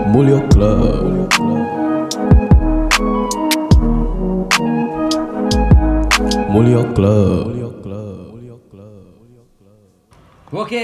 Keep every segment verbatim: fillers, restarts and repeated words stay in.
Mulyo Club. Mulyo Club. Oke.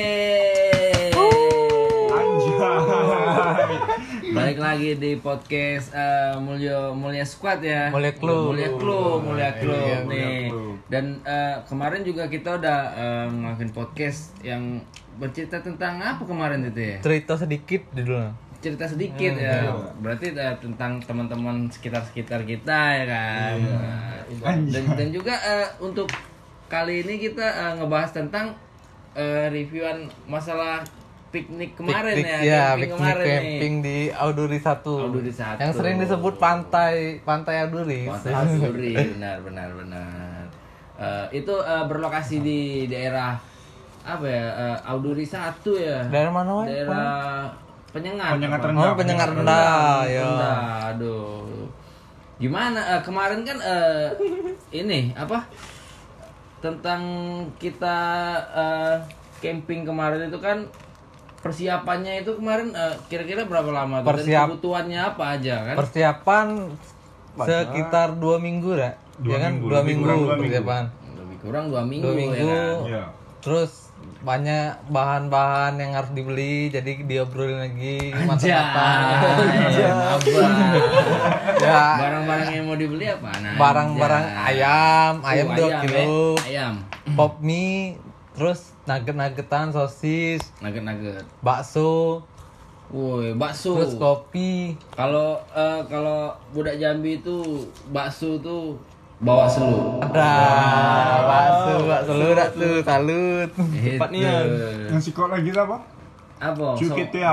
Balik lagi di podcast uh, Mulyo Mulya Squad ya. Mulya Club. Mulya Club, Mulya Club Iya, nih. Dan uh, kemarin juga kita udah uh, ngelakuin podcast yang bercerita tentang apa kemarin itu ya? Cerita sedikit judulnya. Cerita sedikit hmm, ya. Iya. Berarti uh, tentang teman-teman sekitar-sekitar kita ya kan. Hmm. Uh, dan dan juga uh, untuk kali ini kita uh, ngebahas tentang uh, reviewan masalah piknik kemarin Piknik, ya, ya camping piknik kemarin camping nih. di Auduri satu. Auduri satu. Yang sering disebut pantai pantai Auduri. Pantai Auduri, benar benar benar. Uh, itu uh, berlokasi di daerah apa ya? Uh, Auduri satu ya. Daerah mana, Wan? Daerah Penyengat. Penyengat apa? rendah. Oh, Penyengat rendah, ya. Rendah, aduh. Gimana uh, kemarin kan uh, ini apa? Tentang kita uh, camping kemarin itu kan persiapannya itu kemarin uh, kira-kira berapa lama tuh? Persiap- Dan kebutuhannya apa aja kan? Persiapan sekitar dua minggu dah. Dua ya kan? minggu, Dua lebih minggu kurang dua persiapan. Lebih kurang dua minggu, Dua minggu. ya kan? Iya. Terus banyak bahan-bahan yang harus dibeli, jadi diobrolin lagi Anjay, matang-matang. abang. Ya, Barang-barang yang mau dibeli apa? Nah, barang-barang anjay. ayam, ayam Oh, dua ayam, kilo, eh. Ayam, pop mie, terus nugget-nuggetan, sosis, nugget-nugget. bakso, Woi, bakso. terus kopi. Kalau eh, kalau budak Jambi itu bakso tuh bawa selu. Ada bakso, bakso lu dah tuh, salut. Cepat nih ya. Yang sikot lagi apa? Apa? Cukit So- ya.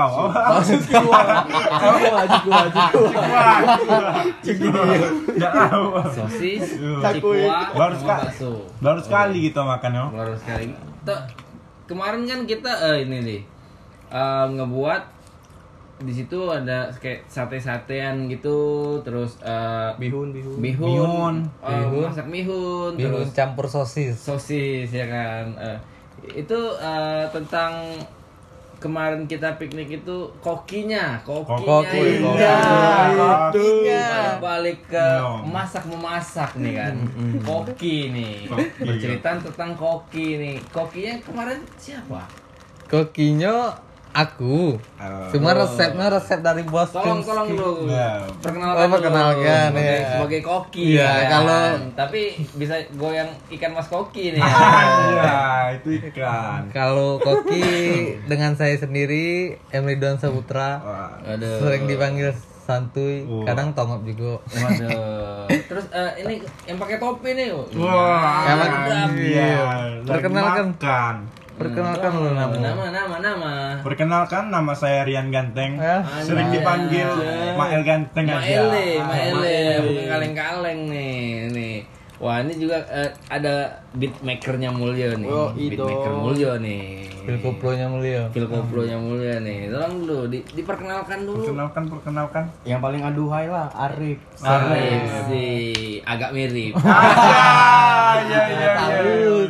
Enggak tahu. sosis, Iya. cikua, Baru sama sekali. bakso. Baru sekali kita makan ya. Baru sekali. Tuh, kemarin kan kita eh, ini nih eh, ngebuat di situ ada kayak sate-satean gitu, terus eh, Bihun, bihun. bihun, Bihun. eh, Bihun. masak bihun, Bihun terus campur sosis. sosis ya kan. Eh, itu eh, tentang kemarin kita piknik itu kokinya, kokinya, Koki, iya. kokinya. Balik ke No. masak memasak nih kan, koki nih, Koki. bercerita tentang koki nih. Kokinya kemarin siapa? Kokinya aku. Eh, Cuma resepnya resep dari bos Tolong Kimski. tolong dulu, Nah. perkenalkan Oh, dulu perkenalkan, sebagai, ya. sebagai koki. Iya, ya kan? kalau- tapi bisa goyang ikan mas koki nih. Ya. Iya, itu ikan. Kalau Koki dengan saya sendiri, M. Ridwan Saputra, Wah. Aduh. sering dipanggil santuy, Wah. kadang tongop juga. Waduh. Terus eh, ini yang pakai topi nih. Wah, Nah, Emang sedap. iya. Perkenalkan. Lagi makan. Perkenalkan Hmm. dulu nama. Nama nama nama. Perkenalkan, nama saya Rian Ganteng. Ya. Sering dipanggil Mael Ganteng aja. Maele, Ah, Maele, bukan kaleng-kaleng nih, nih. Wah ini juga eh, ada beatmakernya Mulyo nih, Oh, beatmaker Mulyo nih. Phil Koplo-nya mulia. Phil Koplo-nya Mulyo nih. Tolong dulu di, diperkenalkan dulu. Perkenalkan, perkenalkan. Yang paling aduhai lah, Arif. Arif sih agak mirip. Ah, iya iya iya.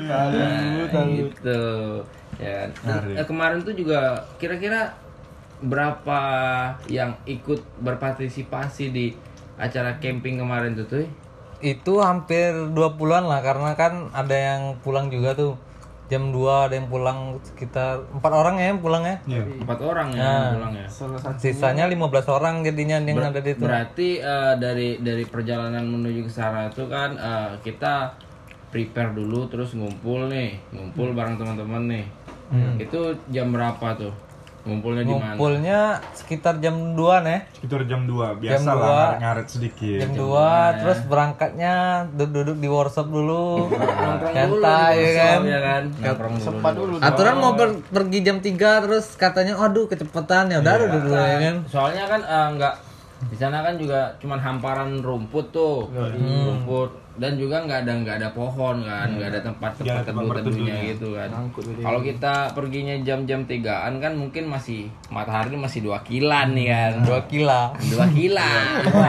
Nah, gitu. Ya. Arif. Eh, kemarin tuh juga kira-kira berapa yang ikut berpartisipasi di acara camping kemarin tuh tuh? Itu hampir dua puluhan lah, karena kan ada yang pulang juga tuh. Jam dua ada yang pulang, sekitar empat orang ya yang pulang ya. Iya. Empat orang ya Nah. yang pulang ya. Sisanya lima belas orang jadinya yang ada di itu. Berarti eh, dari dari perjalanan menuju ke sana itu kan eh, kita prepare dulu terus ngumpul nih, ngumpul bareng teman-teman nih. Itu jam berapa tuh? Ngumpulnya di mana? Ngumpulnya sekitar jam dua ya. Sekitar jam dua, Jam biasa dua. lah ngaret sedikit. Jam dua, terus berangkatnya duduk-duduk di workshop dulu. Nongkrong dulu Santai di ya workshop, kan. ya kan? Nongkrong Sempat dulu. dulu. Aturan mau per- pergi jam tiga, terus katanya aduh kecepatan, ya udah duduk dulu ya kan. Soalnya kan eh, nggak di sana kan juga cuman hamparan rumput tuh, rumput dan juga nggak ada nggak ada pohon kan, nggak ada tempat Nggak tempat ada tempat teduh teduhnya berteduhnya. gitu kan. Ngangkut gitu. Kalau kita perginya jam-jam tigaan kan mungkin masih matahari masih dua kilan nih kan, Dua kila. dua kilan.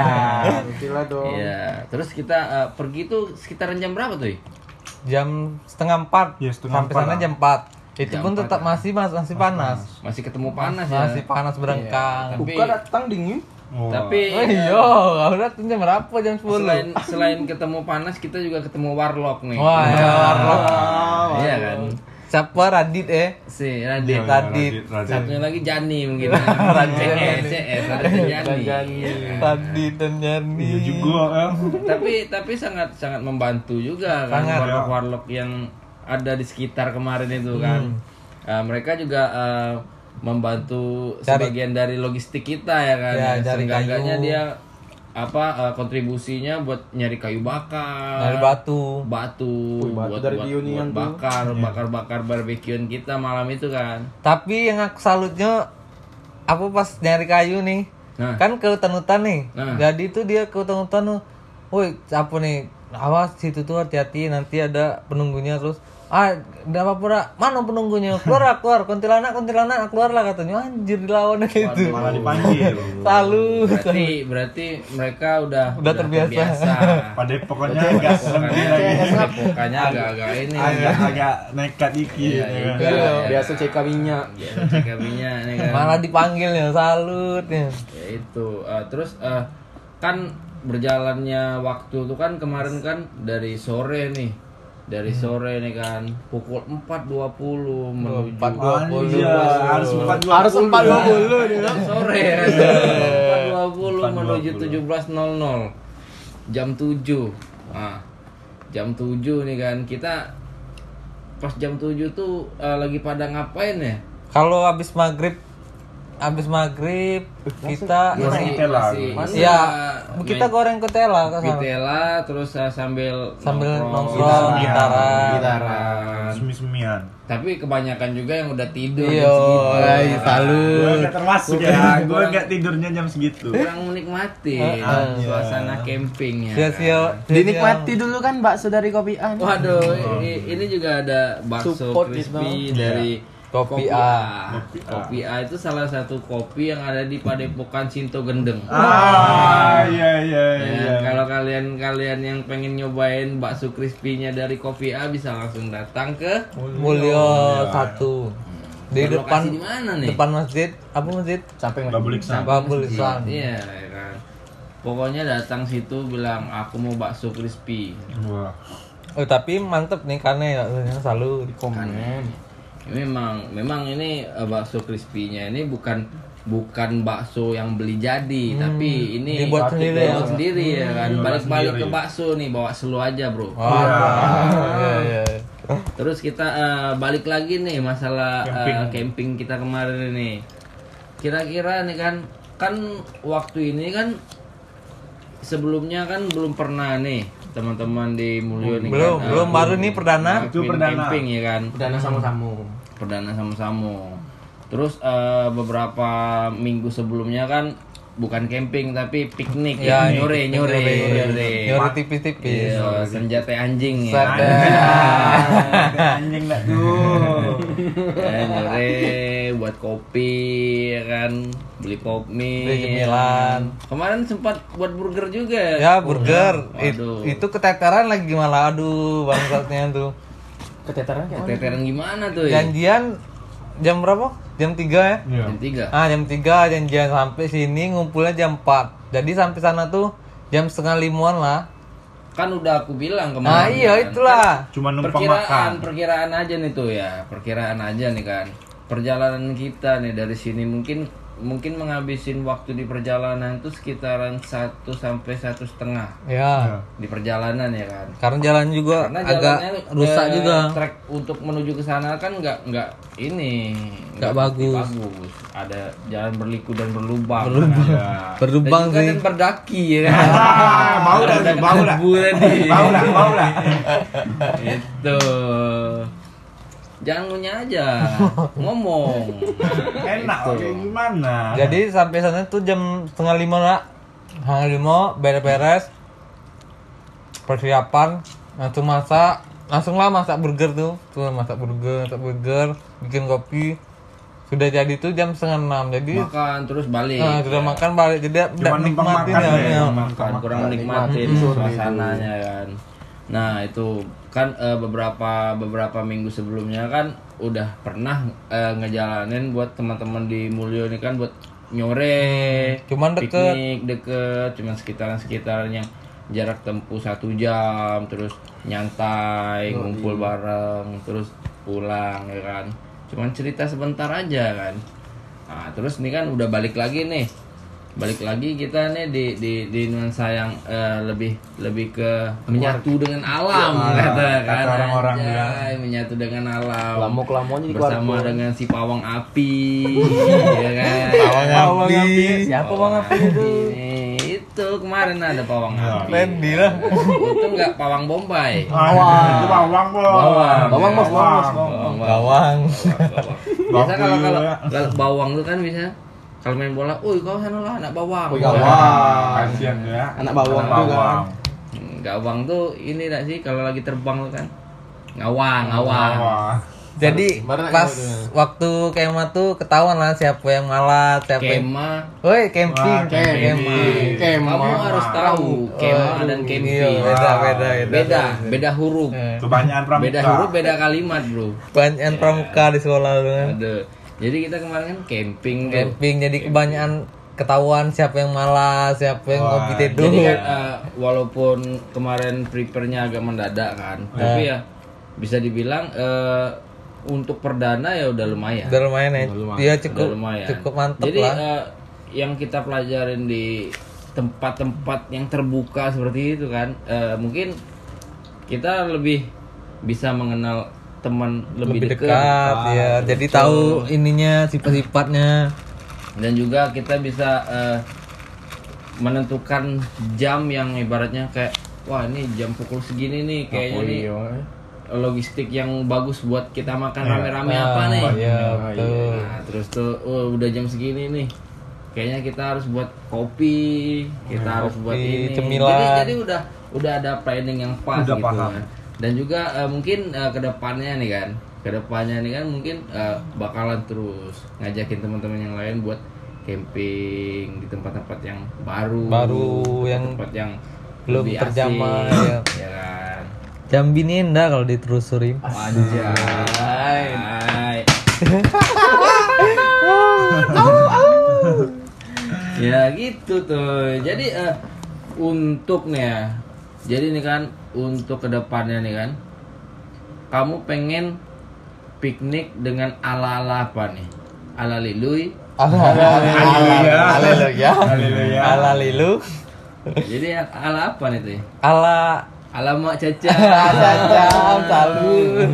Gila dong. Iya, terus kita eh, pergi tuh sekitaran jam berapa tuh? Jam setengah empat. Ya, setengah Sampai empat sana lah. jam empat. Itu Jam pun empat tetap ya. masih mas masih panas. Masih ketemu panas ya. Masih panas berengkang. Tapi Buka datang dingin. Wah. tapi Oh iya, udah tuh jam berapa? Jam sepuluh. selain selain ketemu panas kita juga ketemu warlock nih. Wah, ya, warlock. Iya kan. Siapa Radit eh? Si Iya, Radit. iya, Radit. Radit. Satunya lagi Jani mungkin. C S C S Radit dan Jani. Radit dan Yani. Iya juga eh. Tapi tapi sangat sangat membantu juga kan Sangat. warlock-warlock yang ada di sekitar kemarin itu kan. Uh, mereka juga uh, membantu Cari- sebagian dari logistik kita ya kan. Ya, cari Seenggaknya kayu. dia apa uh, kontribusinya buat nyari kayu bakar, Dari batu. batu, Wih, batu buat, dari buat, Pionian buat tuh. bakar, bakar-bakar barbekyuan kita malam itu kan. Tapi yang aku salutnya aku pas nyari kayu nih. Nah. Kan ke hutan-hutan nih. Nah. Jadi tuh dia ke hutan-hutan tuh. Woi, apa nih? Awas situ tuh hati-hati nanti ada penunggunya terus. Ah, enggak apa-apa, Ra. Mana penunggunya? Keluar, lah, keluar. Kuntilanak, kuntilanak, keluar lah katanya. Anjir dilawan gitu. Malah dipanggil. Salut. Berarti berarti mereka udah Udah terbiasa. Pada pokoknya gas lebih lagi. Pokoknya agak-agak ini. Agak-agak nekat dikit. Iya, ya kan. iya. Iya, biasa cek minyak. Biasa cek minyak nih kan. Malah dipanggil ya, salut ya. Ya itu. Eh, terus eh, kan berjalannya waktu tuh kan kemarin kan dari sore nih. Dari sore nih kan pukul empat dua puluh menuju empat dua puluh. Iya, harus empat dua Harus empat dua puluh nih kan. sore ya. empat dua puluh menuju tujuh belas nol nol. Jam tujuh. Nah, jam tujuh nih kan kita pas jam tujuh tuh eh, lagi pada ngapain ya? Kalau habis maghrib, habis maghrib kita Masih ini, tela. masih ya main kita goreng ketela ke sana. Vitela terus uh, sambil Sambil nongkrong, nongkrong, gitaran. gitaran. gitaran. Semi-semian. Tapi kebanyakan juga yang udah tidur Iya, jam segitu. ay, Gue salut. gak termasuk ya. Gue gak tidurnya jam segitu. Kurang menikmati Ah, suasana campingnya. Sia-sia. Dinikmati dulu kan bakso dari kopian. Waduh, i- ini juga ada bakso Support crispy gitu. dari Kopi A. Kopi A. Kopi A itu salah satu kopi yang ada di Padepokan Sinto Gendeng. Ah, iya iya Ya, iya. kalau kalian kalian yang pengen nyobain bakso crispy-nya dari Kopi A bisa langsung datang ke Mulyo satu. Di Berlokasi depan di mana nih? depan masjid, apa masjid? Sampai Babul Iksan. Babul Iksan. Iya ya kan. Pokoknya datang situ bilang aku mau bakso crispy. Wah. Oh, tapi mantep nih karena ya selalu komen. Memang memang ini eh, bakso crispy-nya ini bukan bukan bakso yang beli jadi, tapi ini Dibuat sendiri ya? dibuat sendiri ya kan. Dibuat Balik-balik ke sendiri. bakso nih bawa selu aja, Bro. Wah. Iya, iya. Terus kita eh, balik lagi nih masalah eh, Camping. camping kita kemarin ini. Kira-kira nih kan kan waktu ini kan sebelumnya kan belum pernah nih teman-teman di Mulyo nih Belum, kan, belum eh, baru nih perdana. ngelakuin Itu perdana. camping ya kan. Dana sama-sama. Perdana sama-sama. Terus eh, beberapa minggu sebelumnya kan bukan camping tapi piknik ya, Ya, nyore nyore nyore. Nyore tipis-tipis. Iya, senjata anjing ya. Sadar. Anjing dah tuh. Ya, nyore buat kopi ya kan, beli pop mie. Beli cemilan. Kemarin sempat buat burger juga. Ya, burger. It- Waduh. itu keteteran lagi malah. Aduh, bangsatnya tuh. Keteteran kayak Keteteran gimana tuh ya? Janjian jam berapa? Jam tiga ya? Iya. Jam tiga. Ah, jam tiga janjian sampai sini ngumpulnya jam empat. Jadi sampai sana tuh jam setengah limuan lah. Kan udah aku bilang kemarin. Nah, iya kan. itulah. Cuma numpang perkiraan makan. perkiraan aja nih tuh ya, perkiraan aja nih kan. Perjalanan kita nih dari sini mungkin mungkin menghabisin waktu di perjalanan itu sekitaran satu sampai satu setengah Ya. di perjalanan ya kan. Karena jalan juga Karena agak jalannya rusak eh, juga. Trek untuk menuju ke sana kan nggak nggak ini Nggak bagus. bagus. Ada jalan berliku dan berlubang. Berlubang. Kan? Berlubang dan juga sih. dan berdaki ya kan. Ah, bau dah, Ada bau dah. debu tadi. Bau dah, bau dah. Itu. Jangan ngunyah aja, ngomong. Enak, Gitu. kayak gimana? Jadi sampai sana tuh jam setengah lima lah. Setengah lima beres-beres. Persiapan langsung masak, langsung lah masak burger tuh. Tuh masak burger, masak burger, bikin kopi. Sudah jadi tuh jam setengah enam. Jadi Makan terus balik. nah, sudah makan balik jadi Cuma tidak numpang nikmatin makan ya. ya, ya. numpang Makan kurang makan. nikmatin Nikmatin suasananya kan. Nah itu kan eh, beberapa beberapa minggu sebelumnya kan udah pernah eh, ngejalanin buat teman-teman di Mulyo ini kan buat nyore, Cuman deket. piknik deket, cuman sekitaran-sekitaran yang jarak tempuh satu jam, terus nyantai, ngumpul bareng, terus pulang ya kan. Cuman cerita sebentar aja kan. Nah, terus ini kan udah balik lagi nih. Balik lagi kita nih di di di nuansa yang eh, lebih lebih ke menyatu dengan alam Ya, kata kan. kata orang-orang Anjay, bilang. menyatu dengan alam. Lamuk-lamuannya di bersama keluarga. dengan si pawang api ya kan. Pawang api. Siapa Bang Api itu? Ini itu kemarin ada pawang Ya. api. Randy lah. Itu enggak pawang Bombay. Ah, itu bawang, Bos. Bawang. Bawang, Bos, bawang, Bos, Bawang. Bawang. Biasa kalau Babu kalau ya. kalau bawang tuh kan bisa kalau main bola, "Uy, kau sana lah anak bawang." Wih, Wah. gawang. Kasihan ya. Anak bawang tuh kan. Hmm, Gawang tuh ini enggak sih kalau lagi terbang tuh kan. Ngawang, ngawang. Bawang. Jadi Baru nak pas nyebut waktu kemah tuh ketahuan lah siapa yang malat, siapa yang Kema, Woi, camping, Wah, camping. Kemah. kamu harus tahu kema Oh, dan iya, camping. beda, beda, beda. Beda, beda huruf. Eh, Kebanyakan pramuka. Beda huruf, beda kalimat, Bro. Banyak pramuka di sekolah tuh kan. Aduh. Jadi kita kemarin kan camping tuh. Camping jadi kebanyakan ketahuan siapa yang malas, siapa yang Wah, ngopi teduh. Jadi kan eh, walaupun kemarin prepare-nya agak mendadak kan, tapi ya bisa dibilang eh, untuk perdana ya udah lumayan. Udah lumayan ya. Udah lumayan. Dia Udah cukup lumayan. cukup mantep Jadi lah. eh, yang kita pelajarin di tempat-tempat yang terbuka seperti itu kan, eh, mungkin kita lebih bisa mengenal teman lebih, lebih dekat. dekat ya. Jadi tahu ininya sifat-sifatnya. Dan juga kita bisa eh, menentukan jam yang ibaratnya kayak wah ini jam pukul segini nih kayaknya nih logistik yang bagus buat kita makan rame-rame apa nih. Iya, betul. Nah, terus tuh oh, udah jam segini nih. Kayaknya kita harus buat kopi, kita harus buat ini. cemilan. Jadi jadi udah udah ada planning yang pas Udah gitu paham. kan. Dan juga eh, mungkin eh, kedepannya nih kan, kedepannya nih kan mungkin eh, bakalan terus ngajakin teman-teman yang lain buat camping di tempat-tempat yang baru, Baru, yang tempat yang belum lebih terjamah, asik, ya. ya kan. Jambi ini indah kalau diterusurin. Anjay. Ya gitu tuh. Jadi eh, untuk nih ya. Jadi nih kan untuk kedepannya nih kan. Kamu pengen piknik dengan ala-ala apa nih? Ala Liluy. Haleluya. Haleluya. Haleluya. Ala lilu. Jadi yang ala apa nih tuh? Ala Ala Mak Caca. jam salut.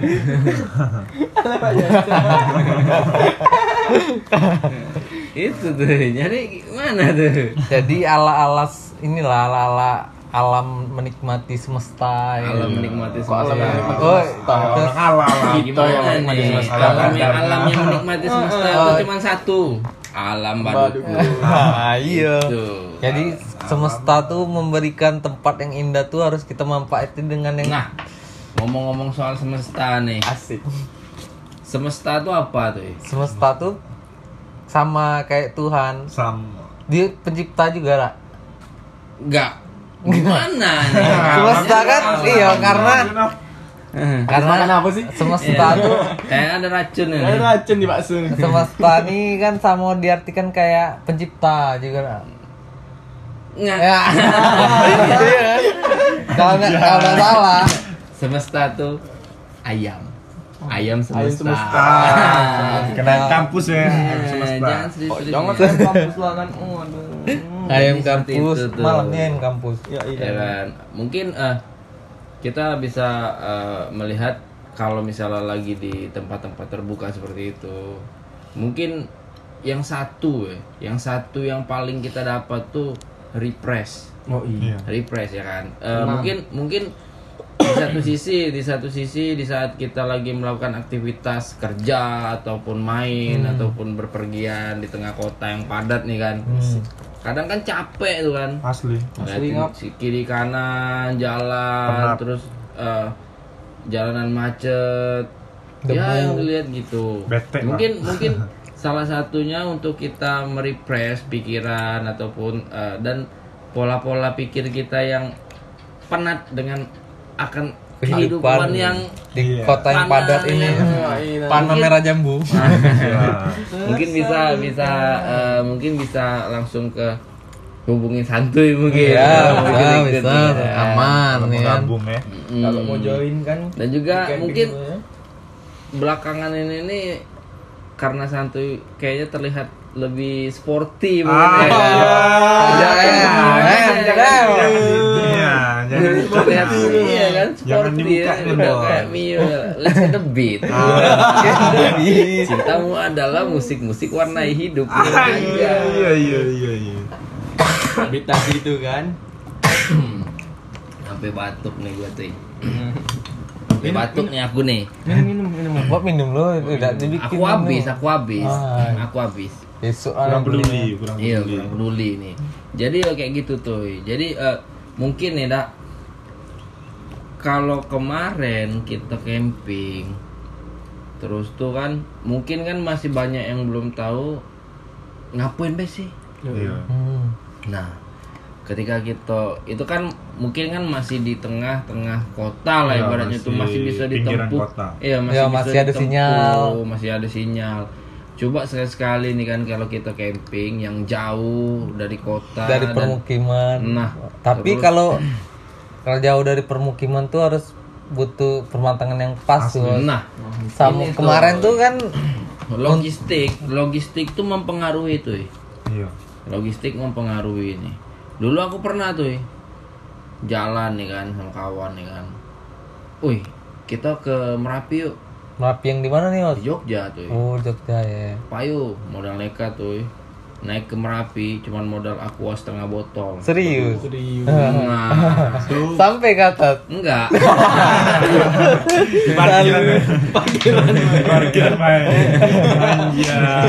Itu tuh. Jadi gimana tuh? Jadi ala-ala inilah ala-ala alam menikmati semesta ya. Alam menikmati semesta. alam menikmati Oh, Orang terus ala lah. Gimana yang nih? menikmati semesta. Alam yang alam yang menikmati semesta itu Oh. cuma satu. Alam Baduku. ah, iya. Tuh. Jadi semesta tuh memberikan tempat yang indah tuh harus kita manfaati dengan yang Nah, ngomong-ngomong soal semesta nih. Asik. Semesta tuh apa tuh? semesta tuh sama kayak Tuhan. Sama. Dia pencipta juga lah. Enggak. Gimana nih? Semesta kan iya karena Makan karena apa sih? semesta tuh Kayak ada racun Ada ini. racun di bakso. semesta nih kan sama diartikan kayak pencipta juga lah. Nggak. Ya. Iya kan? Kalau nggak kalau nggak salah. Semesta tuh ayam. Ayam semesta. semesta. Ah, kena kampus ya. Eh, Semesta. Jangan serius-serius. Jangan nih. saya kampus lah kan. Oh, aduh. Ayam Jadi seperti kampus, itu tuh. malamnya ayam kampus. Ya Ya kan. Mungkin eh, kita bisa eh, melihat kalau misalnya lagi di tempat-tempat terbuka seperti itu, mungkin yang satu ya, yang satu yang paling kita dapat tuh refresh, Oh iya. refresh ya kan. Eh, mungkin mungkin di satu sisi, di satu sisi di saat kita lagi melakukan aktivitas kerja ataupun main ataupun berpergian di tengah kota yang padat nih kan, kadang kan capek tuh kan. Asli. Ngeliatin si kiri kanan jalan Penat. terus eh, jalanan macet Debu. ya yang dilihat gitu. Bete, mungkin mungkin salah satunya untuk kita merefresh pikiran ataupun eh, dan pola-pola pikir kita yang penat dengan akan kehidupan yang di Iya. kota yang padat Panah ini. yang- Panah Mungkin- merah jambu. mungkin bisa bisa eh, mungkin bisa langsung ke hubungin santuy mungkin. Iya, Mungkin bisa, ikut, bisa, ya. aman nih kan. Gabung ya. Mm. Kalau mau join kan. Dan juga camping mungkin dulu ya. belakangan ini nih karena santuy kayaknya terlihat lebih sporty Ah, mungkin ya. iya. Ya, ya, Eh, ya, eh, Iya, jangan terlihat iya kan Jangan sporty dibuka ya. nih, Udah Bos. kayak Mio. Let's get the beat. Ah. Cintamu adalah musik-musik warnai hidup. Ah, iya, iya, iya, iya, iya. Habitasi itu kan. Sampai batuk nih gua tuh. Sampai batuk nih aku nih. Minum minum minum. Buat minum lo, udah dibikin. Aku habis, aku habis. Ah. Aku habis. Besok Kurang ah, peduli, kurang Iya, peduli. kurang peduli nih. Jadi ya kayak gitu tuh. Jadi eh, mungkin nih, Dak. Kalau kemarin kita camping terus tuh kan mungkin kan masih banyak yang belum tahu ngapain be sih. Iya. Hmm. Nah, ketika kita itu kan mungkin kan masih di tengah-tengah kota lah Iya, ibaratnya tuh masih masih bisa pinggiran ditempuh. kota. Iya, masih Ya, bisa masih ada ditempuh, sinyal. masih ada sinyal. Coba sekali-sekali nih kan kalau kita camping yang jauh dari kota Dari dan- permukiman. Nah, Tapi terus- kalau kalau jauh dari permukiman tuh harus butuh pemantangan yang pas tuh. nah, Sama ini kemarin tuh kan logistik, logistik tuh mempengaruhi tuh. Iya. Logistik mempengaruhi ini. Dulu aku pernah tuh jalan nih kan sama kawan nih kan. Wih, kita ke Merapi yuk. Merapi yang di mana nih, Mas? Di Jogja tuh. Oh, Jogja ya. Payu, modal nekat tuh. Naik ke Merapi cuman modal aqua setengah botol. Serius. Serius. Nah, Sampai ke atas. enggak. Parkiran. Parkiran. Parkiran main. Anjir.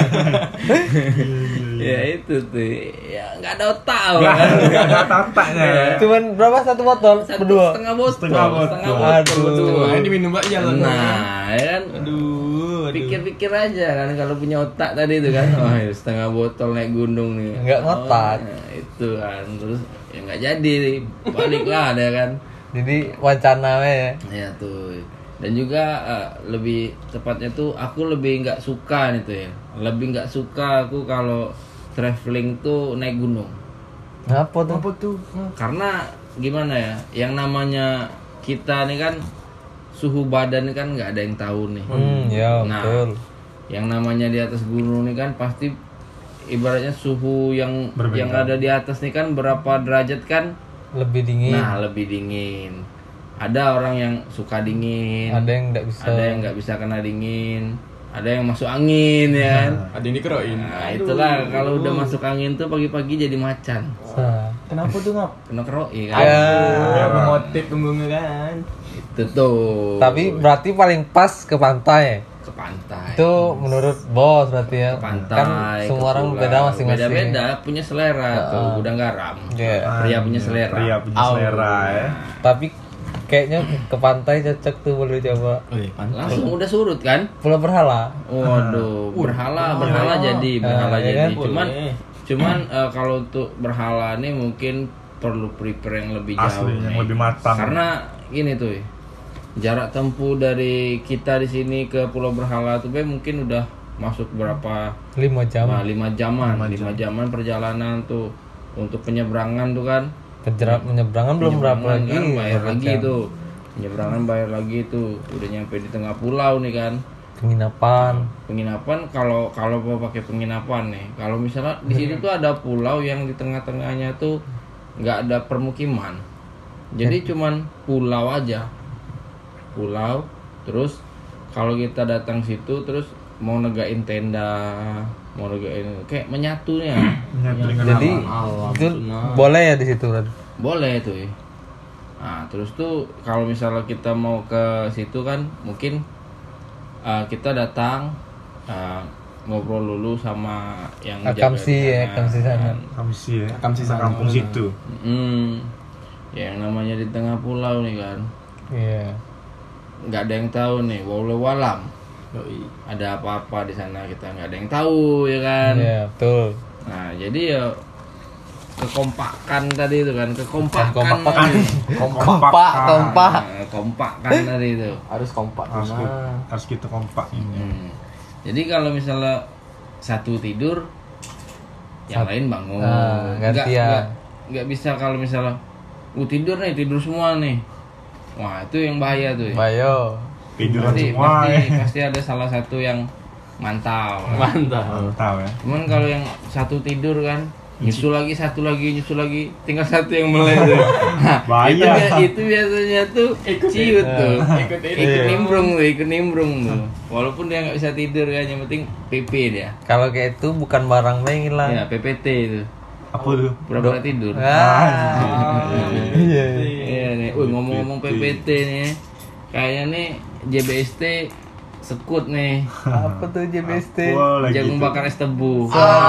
Ya itu tuh. Ya enggak ada otak Enggak kan. enggak ada tataknya. Cuman berapa satu botol? Satu Berdua. setengah botol. Setengah botol. Aduh. berdua. Nah, diminum Mbak jalan. Nah, ya kan. Aduh, aduh. Pikir-pikir aja kan kalau punya otak tadi itu kan. Oh, ya, setengah botol naik gunung nih. Nggak ngotak. Oh, ya, itu kan. Terus ya nggak jadi. Baliklah ada kan. Jadi wacana ya. Ya tuh. Dan juga eh, lebih tepatnya tuh aku lebih nggak suka nih tuh ya. Lebih nggak suka aku kalau traveling tuh naik gunung. Apa tuh? Apa tuh? Karena gimana ya? Yang namanya kita nih kan suhu badan kan nggak ada yang tahu nih. Hmm, ya Nah, betul. yang namanya di atas gunung nih kan pasti ibaratnya suhu yang Berbeda. yang ada di atas nih kan berapa derajat kan? Lebih dingin. Nah, lebih dingin. Ada orang yang suka dingin. Ada yang nggak bisa. Ada yang nggak bisa kena dingin. Ada yang masuk angin ya kan. Ada yang dikeroin. Nah, itulah kalau udah masuk angin tuh pagi-pagi jadi macan. Nah, Kenapa tuh ngap? Kena keroi kan. ya. Ya, mengotit punggungnya kan. Itu tuh. Tapi berarti paling pas ke pantai. ke pantai. Itu menurut bos berarti ya. Ke pantai. Kan ke semua orang pulau. beda masing-masing. Beda-beda punya selera tuh, udang garam. Iya. Pria punya selera. Pria punya selera ya. Tapi kayaknya ke pantai cocok tuh boleh coba. Langsung udah surut kan? Pulau Berhala. Waduh, berhala, berhala jadi, berhala Ah, ya jadi. kan? Cuman Boleh. cuman eh, kalau untuk berhala nih mungkin perlu prepare yang lebih jauh Asli, yang nih. lebih matang. Karena gini tuh. Jarak tempuh dari kita di sini ke Pulau Berhala tuh Be, mungkin udah masuk berapa lima jam. Nah, lima jaman, lima jaman perjalanan tuh untuk penyeberangan tuh kan. Penjerat menyeberangan belum berapa Penyeberangan lagi. kan bayar berapa lagi jam. tuh. Penyeberangan bayar lagi tuh. Udah nyampe di tengah pulau nih kan. Penginapan. Penginapan kalau kalau mau pakai penginapan nih. Kalau misalnya di situ tuh ada pulau yang di tengah-tengahnya tuh nggak ada permukiman. Jadi cuman pulau aja. Pulau terus kalau kita datang situ terus mau negain tenda, mau negain kayak menyatunya. Menyatu dengan Jadi alam. itu boleh ya di situ kan? Boleh tuh ya. Nah, terus tuh kalau misalnya kita mau ke situ kan mungkin uh, kita datang uh, ngobrol dulu sama yang Akamsi ya, jaga di akamsi sana. Kamsi ya. Kamsi sana. Kampung situ. Hmm, ya, yang namanya di tengah pulau nih kan, Iya. nggak ada yang tahu nih, walau walam ada apa-apa di sana kita nggak ada yang tahu ya kan. Iya, betul. Nah jadi ya kekompakan tadi itu kan, kekompakan. Kompakan. Kompak. Kompak, kompak. Nah, kompakan tadi itu. Harus kompak Harus gimana? kita, harus kita kompak ini. Hmm. Jadi kalau misalnya satu tidur, yang lain bangun. Ah, Nggak- gantian. nggak- nggak bisa kalau misalnya, uh tidur nih, tidur semua nih. Wah itu yang bahaya tuh. Bayo. Tiduran Pasti, semua. pasti, ya. pasti ada salah satu yang mantau. Mantap. Tahu ya. Cuman kalau yang satu tidur kan, nyusul lagi, satu lagi, nyusul lagi, tinggal satu yang melek tuh. Nah, Bahaya. itu, bia- itu biasanya tuh ciut tuh. Ikut ini. Ikut nimbrung tuh, ikut nimbrung tuh. Walaupun dia nggak bisa tidur kan, yang penting P P dia. Kalau kayak itu bukan barang main hilang. Ya, P P T itu. Apa tuh? Pura-pura tidur. Ah. Iya. Iya nih, wih ngomong-ngomong P P T nih. Kayaknya nih J B S T sekut nih. Apa tuh J B S T? Wah, lagi Jagung itu. bakar es tebu.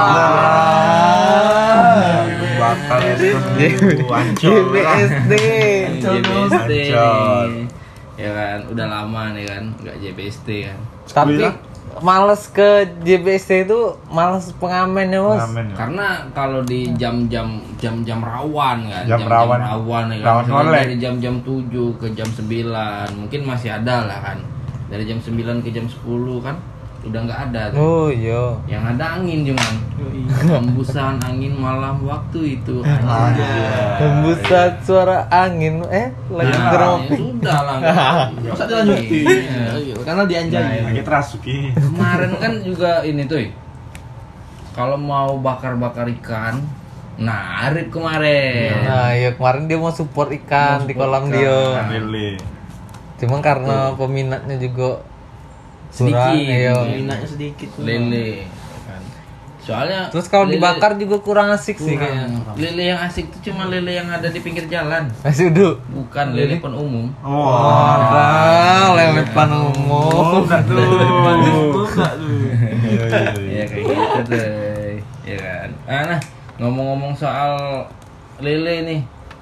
Jagung bakar es tebu, ancol J B S T. J B S T Ancol. nih. Ya kan, udah lama nih kan, nggak J B S T kan. Tapi Iya. males ke J B S T itu males pengamen ya bos. Pengamen ya. Karena kalau di jam-jam jam-jam rawan kan, Jam rawan. rawan ya kan. Rawan Misalnya oleh. dari jam-jam tujuh ke jam sembilan, mungkin masih ada lah kan. Dari jam sembilan ke jam sepuluh kan udah nggak ada tuh. Oh iya. Yang ada angin cuman. Hembusan angin malam waktu itu. Ah, Anjay. iya. Hembusan suara angin eh lagi Nah, ngerok. ya sudah lah. nggak- Masa dilanjutin? Iya. Karena dianjay. Nah, Lagi terasuki. Kemarin kan juga ini tuh. Kalau mau bakar-bakar ikan, nah Arif kemarin. Nah, ya kemarin dia mau support ikan Mau di support kolam ikan. dia. Lele. Cuma karena peminatnya juga kurang, Sedikit, iya. Minatnya sedikit. Lele. kan. Soalnya Terus kalau lele- dibakar juga kurang asik sih kurang. kayaknya. Lele yang asik tuh cuma lele yang ada di pinggir jalan, Masih udah. bukan lele pun umum. Wah. Wah, lelepan umum. Enggak tuh. Enggak tuh. Iya, iya, iya. Ya kayak gitu deh, ya kan. Ah, nah ngomong-ngomong soal lele nih,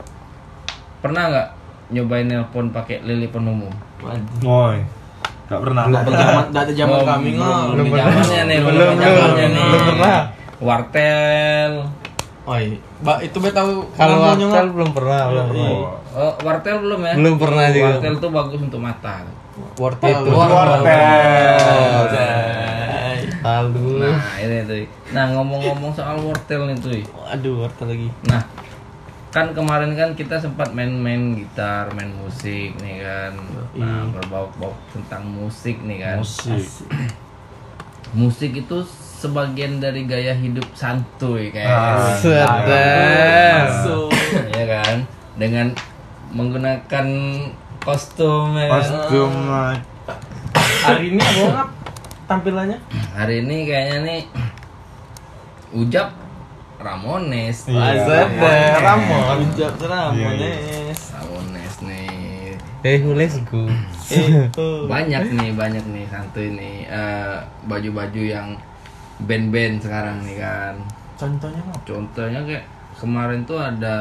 pernah nggak nyobain nelpon pakai lele pun umum? Waduh. Woi. Enggak pernah. Enggak ada zaman, enggak ada zaman Oh, kami belum, nggak. belum zamannya nih, belum Belum, zamannya belum, nih. belum pernah. Wartel. Oi, Mbak itu be tahu Kalau namanya wartel nggak? belum pernah, belum pernah. Iya. Oh, wartel belum ya? Belum pernah juga. Wartel tuh bagus untuk mata. Wortel itu. Wartel. Anjay. Aduh. Nah, ini tuh. Nah, ngomong-ngomong soal wartel nih tuh. Aduh, wartel lagi. Nah, kan kemarin kan kita sempat main-main gitar, main musik nih kan. Nah, berbau-bau tentang musik nih kan. Musik. Musik itu sebagian dari gaya hidup santuy kayak Ah, Sedap. Masuk. ya kan, dengan menggunakan kostum ya kan? Kostum lah. Hari ini apa ngap tampilannya? Hari ini kayaknya nih Ujab Ramones. Iya. Sedap. Ramon. Ujab Iya, Ramones. Ramones nih. Eh, let's go. Eh, tuh. Banyak nih, banyak nih santuy nih eh, baju-baju yang band-band sekarang nih kan. Contohnya apa? Contohnya kayak kemarin tuh ada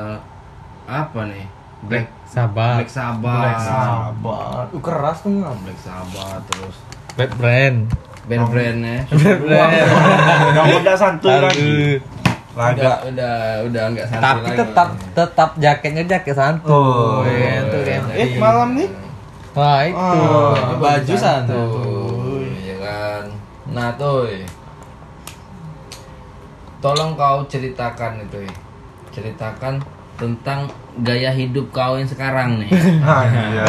apa nih? Black Sabar. Black Sabbath. Sabar. Uh, keras tuh ngap. Black Sabbath terus Bad brand. band-bandnya Brand. Kamu udah santuy lagi. Aduh. Laga. udah udah udah nggak santai Tapi lagi. tetap tetap jaketnya jaket santuy. Oh, Ya, tuh kayak Eh, malam nih. Wah, itu. Oh, baju sana. Tuh, ya kan. Nah, tuh. Tolong kau ceritakan itu. ya. Ceritakan tentang gaya hidup kau yang sekarang nih. Iya.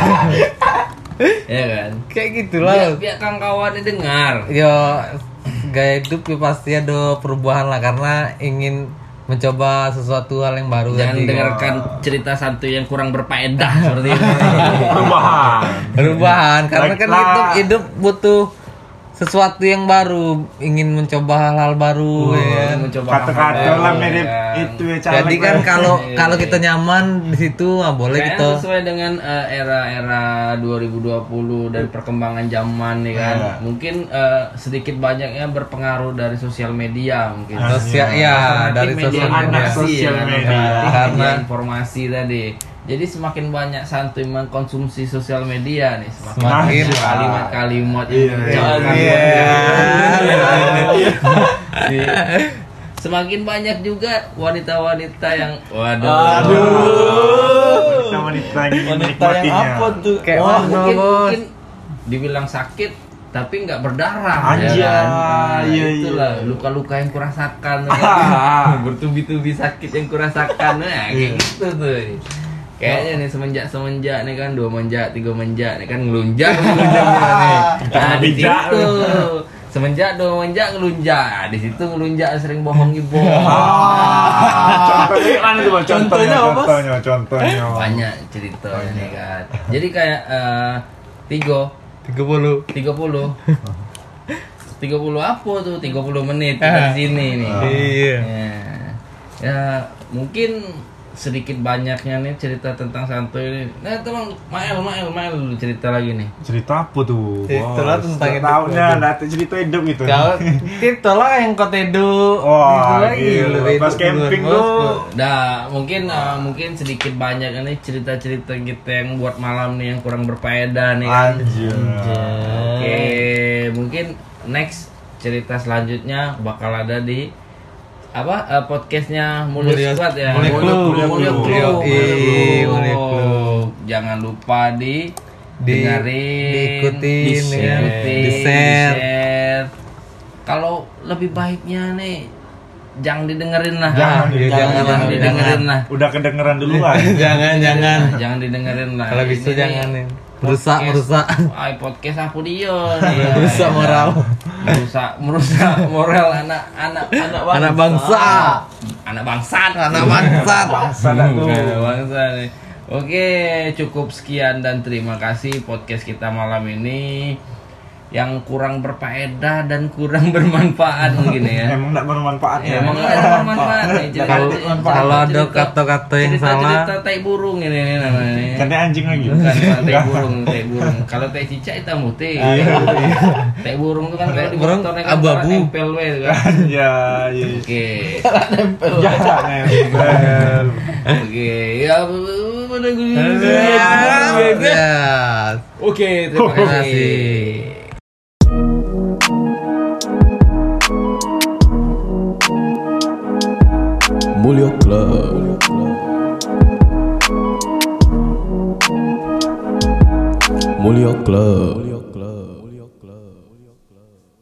Ya kan? Kayak gitulah. Biar, biar kang kawan dengar. Yo, gaya hidup ya pasti ada perubahan lah karena ingin mencoba sesuatu hal yang baru Jangan tadi. dengarkan cerita santuy yang kurang berfaedah seperti itu. Perubahan. Perubahan karena kan Baiklah. hidup hidup butuh sesuatu yang baru, ingin mencoba hal-hal baru ya. kan. Mencoba Kata-kata hal-hal lah baru, mirip ya kan? itu ya cara. Jadi kan kalau Iya, kalau iya. kita nyaman di situ ah boleh Kayaknya kita. sesuai dengan eh, era-era dua ribu dua puluh dan perkembangan zaman nih kan. Iya. Mungkin eh, sedikit banyaknya berpengaruh dari sosial media mungkin. Sosial ya dari Media sosial anak media. informasi sosial ya kan, media. alternatif Karena- media informasi tadi. Jadi semakin banyak santuy mengkonsumsi sosial media nih, semakin Semakin. banyak kalimat-kalimat yang Iya, diucapkan iya. buat dia. Si semakin banyak juga wanita-wanita yang waduh. Aduh. Wanita ini Wanita yang apa tuh? Kayak Wah, mana, mungkin, Bos? mungkin dibilang sakit tapi nggak berdarah. Anjay, ya kan? Nah, iya, itulah iya. luka-luka yang kurasakan. kan? Bertubi-tubi sakit yang kurasakan. Nah, kayak gitu tuh. Kayaknya nih semenjak semenjak nih kan dua menjak tiga menjak nih kan ngelunjak ngelunjaknya nih. Nah di Bijak. situ semenjak dua menjak ngelunjak di situ ngelunjak sering bohong ibu. Contohnya mana tuh, Bang? Contohnya apa, Bos? Contohnya, contohnya. Banyak cerita ini kan. Jadi kayak eh, tiga tiga puluh tiga puluh tiga puluh apa tuh tiga puluh menit kita di sini nih. Iya. Ya, ya mungkin sedikit banyaknya nih cerita tentang santuy ini. Nah, tolong Mael, Mael, Mael dulu cerita lagi nih. Cerita apa tuh? Cerita Bos? tentang hidup. Tahunnya nanti cerita hidup gitu. Kau itu lah yang kau tedu. Wah, Itu gila. hidup Pas camping bos. tuh. Nah, mungkin uh, mungkin sedikit banyak ini cerita-cerita kita yang buat malam nih yang kurang berfaedah nih kan. Anjir. Oke, mungkin next cerita selanjutnya bakal ada di apa uh, podcastnya Mulia Mulia- Squad ya. Mulia Club. Mulia Mulia Club. Club. Yoi, Mulia Club. Club. Jangan lupa di Di- dengerin, diikutin, ya kan? di-share, Di-share. di-share. Kalau lebih baiknya nih jangan didengerin lah. Jangan, Ah, iya, jangan, jangan, jangan jangan. didengerin lah. Udah kedengeran duluan. Jangan jangan. Jangan didengerin lah. Kalau bisa Ini jangan nih, nih. Merusak podcast- merusak. Ay, podcast aku dia nih. Merusak moral. Merusak merusak moral anak anak anak Anak bangsa. anak bangsat Anak bangsat. Bangsa dah tuh. Anak bangsa nih. Oke, cukup sekian dan terima kasih podcast kita malam ini yang kurang berfaedah dan kurang bermanfaat mungkin ya. Emang enggak bermanfaat ya. Emang nggak ada bermanfaat nih. Cerita- Kalau cerita- kalau ada cerita- kata-kata yang salah, cerita tai burung ini nih namanya. Kan dia anjing lagi. Bukan, bukan tai burung, tai burung. Kalau tai cicak itu mute. Tai burung itu kan kalau di burung motornya kan abu-abu. tempel we itu kan. Ya, iya. Oke. Ya, nempel. Oke, ya menunggu. ya. Oke, terima Terima kasih. kasih. Mulyo Club. Mulyo Club.